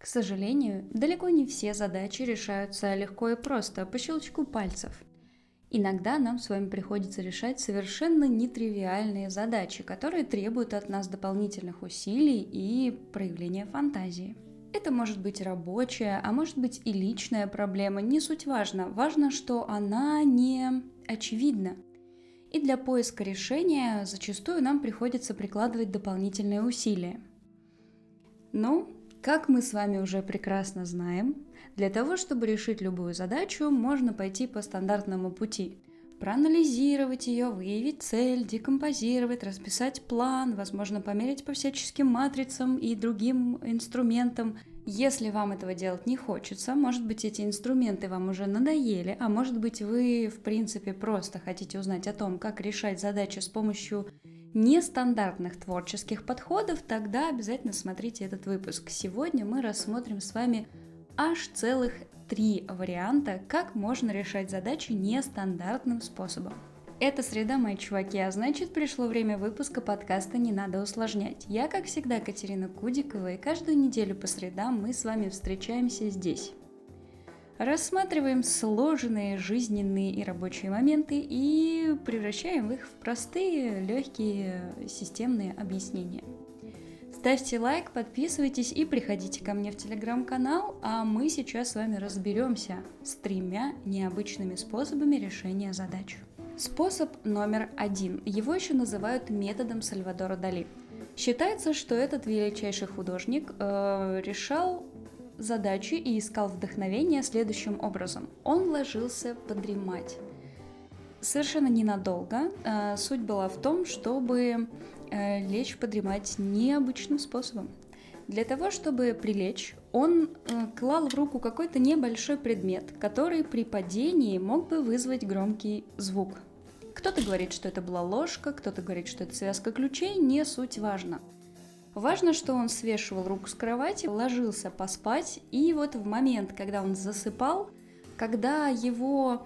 К сожалению, далеко не все задачи решаются легко и просто, по щелчку пальцев. Иногда нам с вами приходится решать совершенно нетривиальные задачи, которые требуют от нас дополнительных усилий и проявления фантазии. Это может быть рабочая, а может быть и личная проблема, не суть важно. Важно, что она не очевидна. И для поиска решения зачастую нам приходится прикладывать дополнительные усилия. Но, как мы с вами уже прекрасно знаем, для того, чтобы решить любую задачу, можно пойти по стандартному пути. Проанализировать ее, выявить цель, декомпозировать, расписать план, возможно, померить по всяческим матрицам и другим инструментам. Если вам этого делать не хочется, может быть, эти инструменты вам уже надоели, а может быть, вы, в принципе, просто хотите узнать о том, как решать задачи с помощью нестандартных творческих подходов, тогда обязательно смотрите этот выпуск. Сегодня мы рассмотрим с вами аж целых 3 варианта, как можно решать задачи нестандартным способом. Это среда, мои чуваки, а значит, пришло время выпуска подкаста «Не надо усложнять». Я, как всегда, Катерина Кудикова, и каждую неделю по средам мы с вами встречаемся здесь. Рассматриваем сложные жизненные и рабочие моменты и превращаем их в простые, легкие, системные объяснения. Ставьте лайк, подписывайтесь и приходите ко мне в телеграм-канал, а мы сейчас с вами разберемся с 3 необычными способами решения задач. Способ номер 1. Его еще называют методом Сальвадора Дали. Считается, что этот величайший художник решал задачи и искал вдохновение следующим образом. Он ложился подремать. Совершенно ненадолго. Суть была в том, чтобы лечь подремать необычным способом. Для того, чтобы прилечь, он клал в руку какой-то небольшой предмет, который при падении мог бы вызвать громкий звук. Кто-то говорит, что это была ложка, кто-то говорит, что это связка ключей, не суть важно. Важно, что он свешивал руку с кровати, ложился поспать, и вот в момент, когда он засыпал, когда его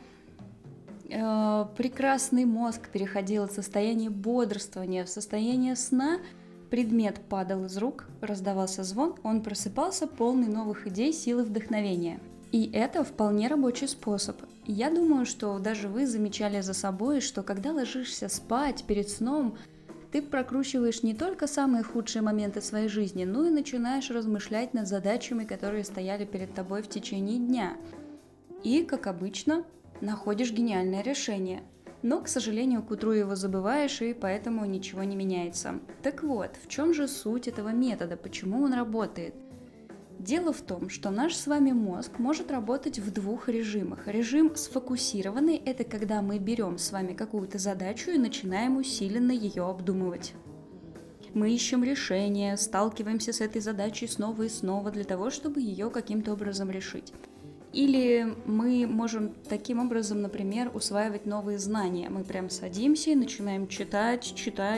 прекрасный мозг переходил от состояния бодрствования в состояние сна, предмет падал из рук, раздавался звон, он просыпался полный новых идей, силы, вдохновения. И это вполне рабочий способ. Я думаю, что даже вы замечали за собой, что когда ложишься спать перед сном, ты прокручиваешь не только самые худшие моменты своей жизни, но и начинаешь размышлять над задачами, которые стояли перед тобой в течение дня. И, как обычно, находишь гениальное решение. Но, к сожалению, к утру его забываешь, и поэтому ничего не меняется. Так вот, в чем же суть этого метода, почему он работает? Дело в том, что наш с вами мозг может работать в 2 режимах. Режим сфокусированный – это когда мы берем с вами какую-то задачу и начинаем усиленно ее обдумывать. Мы ищем решение, сталкиваемся с этой задачей снова и снова для того, чтобы ее каким-то образом решить. Или мы можем таким образом, например, усваивать новые знания. Мы прям садимся и начинаем читать.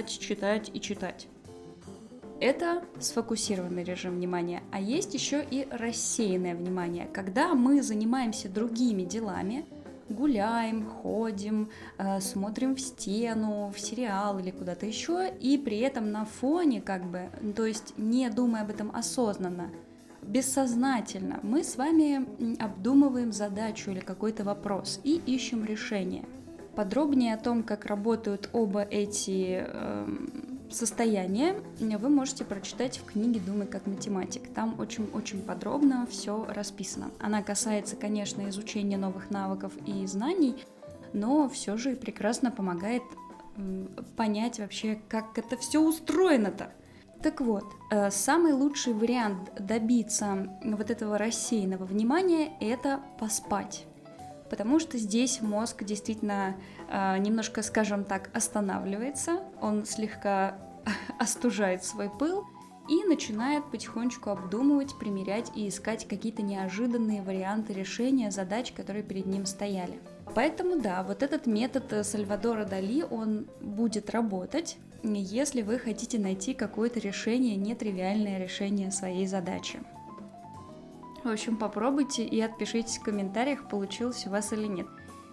Это сфокусированный режим внимания. А есть еще и рассеянное внимание, когда мы занимаемся другими делами, гуляем, ходим, смотрим в стену, в сериал или куда-то еще, и при этом на фоне, то есть не думая об этом осознанно, бессознательно, мы с вами обдумываем задачу или какой-то вопрос и ищем решение. Подробнее о том, как работают оба эти состояния, вы можете прочитать в книге «Думай как математик». Там очень-очень подробно все расписано. Она касается, конечно, изучения новых навыков и знаний, но все же прекрасно помогает понять вообще, как это все устроено-то. Так вот, самый лучший вариант добиться вот этого рассеянного внимания – это поспать. Потому что здесь мозг действительно немножко, скажем так, останавливается, он слегка остужает свой пыл и начинает потихонечку обдумывать, примерять и искать какие-то неожиданные варианты решения задач, которые перед ним стояли. Поэтому да, вот этот метод Сальвадора Дали, он будет работать, если вы хотите найти какое-то решение, нетривиальное решение своей задачи. В общем, попробуйте и отпишитесь в комментариях, получилось у вас или нет.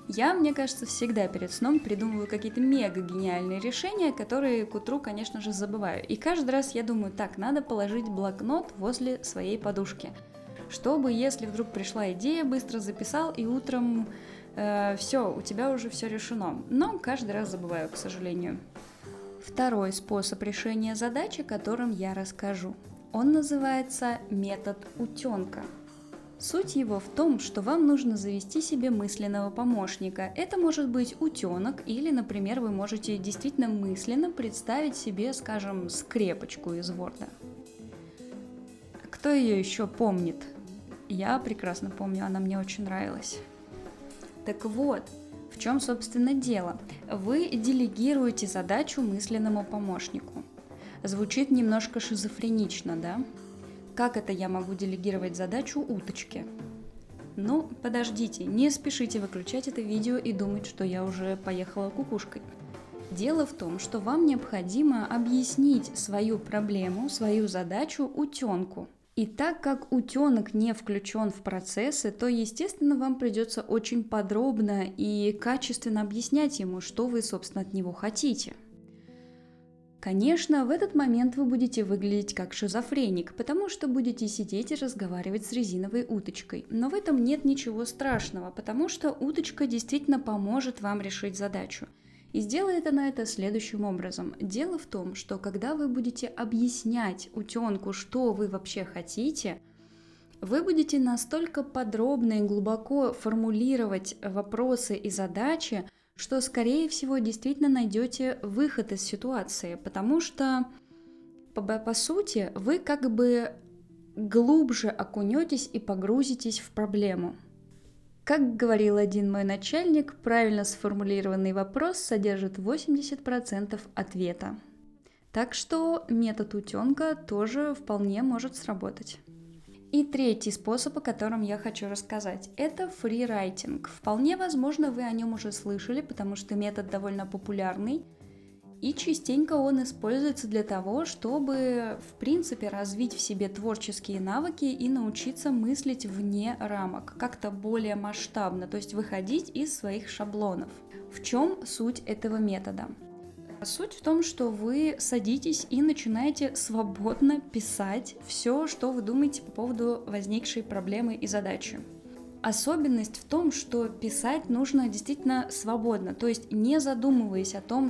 Мне кажется, всегда перед сном придумываю какие-то мега гениальные решения, которые к утру, конечно же, забываю. И каждый раз я думаю, так, надо положить блокнот возле своей подушки, чтобы, если вдруг пришла идея, быстро записал, и утром все, у тебя уже все решено. Но каждый раз забываю, к сожалению. Второй способ решения задачи, о котором я расскажу. Он называется метод утенка. Суть его в том, что вам нужно завести себе мысленного помощника. Это может быть утенок, или, например, вы можете действительно мысленно представить себе, скажем, скрепочку из Word. Кто ее еще помнит? Я прекрасно помню, она мне очень нравилась. Так вот, в чем, собственно, дело? Вы делегируете задачу мысленному помощнику. Звучит немножко шизофренично, да? Как это я могу делегировать задачу уточке? Ну, подождите, не спешите выключать это видео и думать, что я уже поехала кукушкой. Дело в том, что вам необходимо объяснить свою проблему, свою задачу утенку. И так как утенок не включен в процессы, то, естественно, вам придется очень подробно и качественно объяснять ему, что вы, собственно, от него хотите. Конечно, в этот момент вы будете выглядеть как шизофреник, потому что будете сидеть и разговаривать с резиновой уточкой. Но в этом нет ничего страшного, потому что уточка действительно поможет вам решить задачу. И сделает она это следующим образом. Дело в том, что когда вы будете объяснять утенку, что вы вообще хотите, вы будете настолько подробно и глубоко формулировать вопросы и задачи, что, скорее всего, действительно найдете выход из ситуации, потому что, по сути, вы как бы глубже окунетесь и погрузитесь в проблему. Как говорил один мой начальник, правильно сформулированный вопрос содержит 80% ответа. Так что метод утенка тоже вполне может сработать. И третий способ, о котором я хочу рассказать, это фрирайтинг. Вполне возможно, вы о нем уже слышали, потому что метод довольно популярный. И частенько он используется для того, чтобы, в принципе, развить в себе творческие навыки и научиться мыслить вне рамок, как-то более масштабно, то есть выходить из своих шаблонов. В чем суть этого метода? Суть в том, что вы садитесь и начинаете свободно писать все, что вы думаете по поводу возникшей проблемы и задачи. Особенность в том, что писать нужно действительно свободно, то есть не задумываясь о том,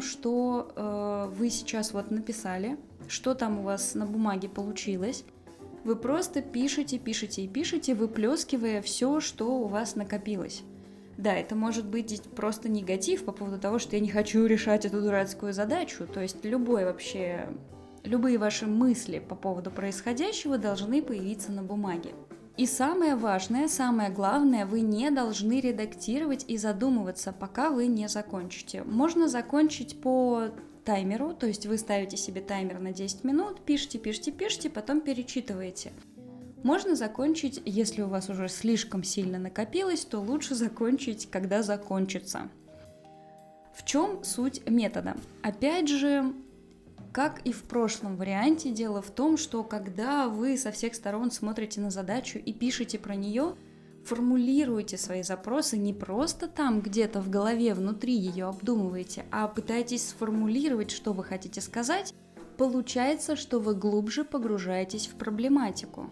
что вы сейчас вот написали, что там у вас на бумаге получилось. Вы просто пишете, выплескивая все, что у вас накопилось. Да, это может быть просто негатив по поводу того, что я не хочу решать эту дурацкую задачу, то есть любые ваши мысли по поводу происходящего должны появиться на бумаге. И самое важное, самое главное, вы не должны редактировать и задумываться, пока вы не закончите. Можно закончить по таймеру, то есть вы ставите себе таймер на 10 минут, пишите, потом перечитываете. Можно закончить, если у вас уже слишком сильно накопилось, то лучше закончить, когда закончится. В чем суть метода? Опять же, как и в прошлом варианте, дело в том, что когда вы со всех сторон смотрите на задачу и пишете про нее, формулируйте свои запросы не просто там где-то в голове внутри ее обдумываете, а пытаетесь сформулировать, что вы хотите сказать, получается, что вы глубже погружаетесь в проблематику.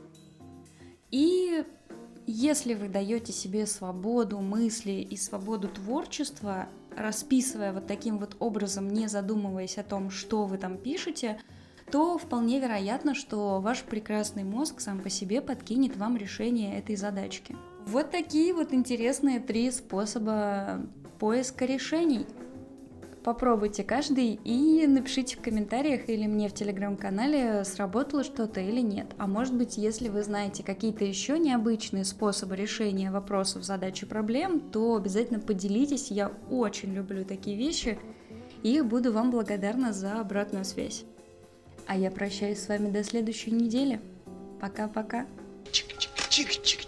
И если вы даете себе свободу мысли и свободу творчества, расписывая вот таким вот образом, не задумываясь о том, что вы там пишете, то вполне вероятно, что ваш прекрасный мозг сам по себе подкинет вам решение этой задачки. Вот такие вот интересные 3 способа поиска решений. Попробуйте каждый и напишите в комментариях или мне в телеграм-канале, сработало что-то или нет. А может быть, если вы знаете какие-то еще необычные способы решения вопросов, задач и проблем, то обязательно поделитесь. Я очень люблю такие вещи и буду вам благодарна за обратную связь. А я прощаюсь с вами до следующей недели. Пока-пока. Чик-чик-чик-чик.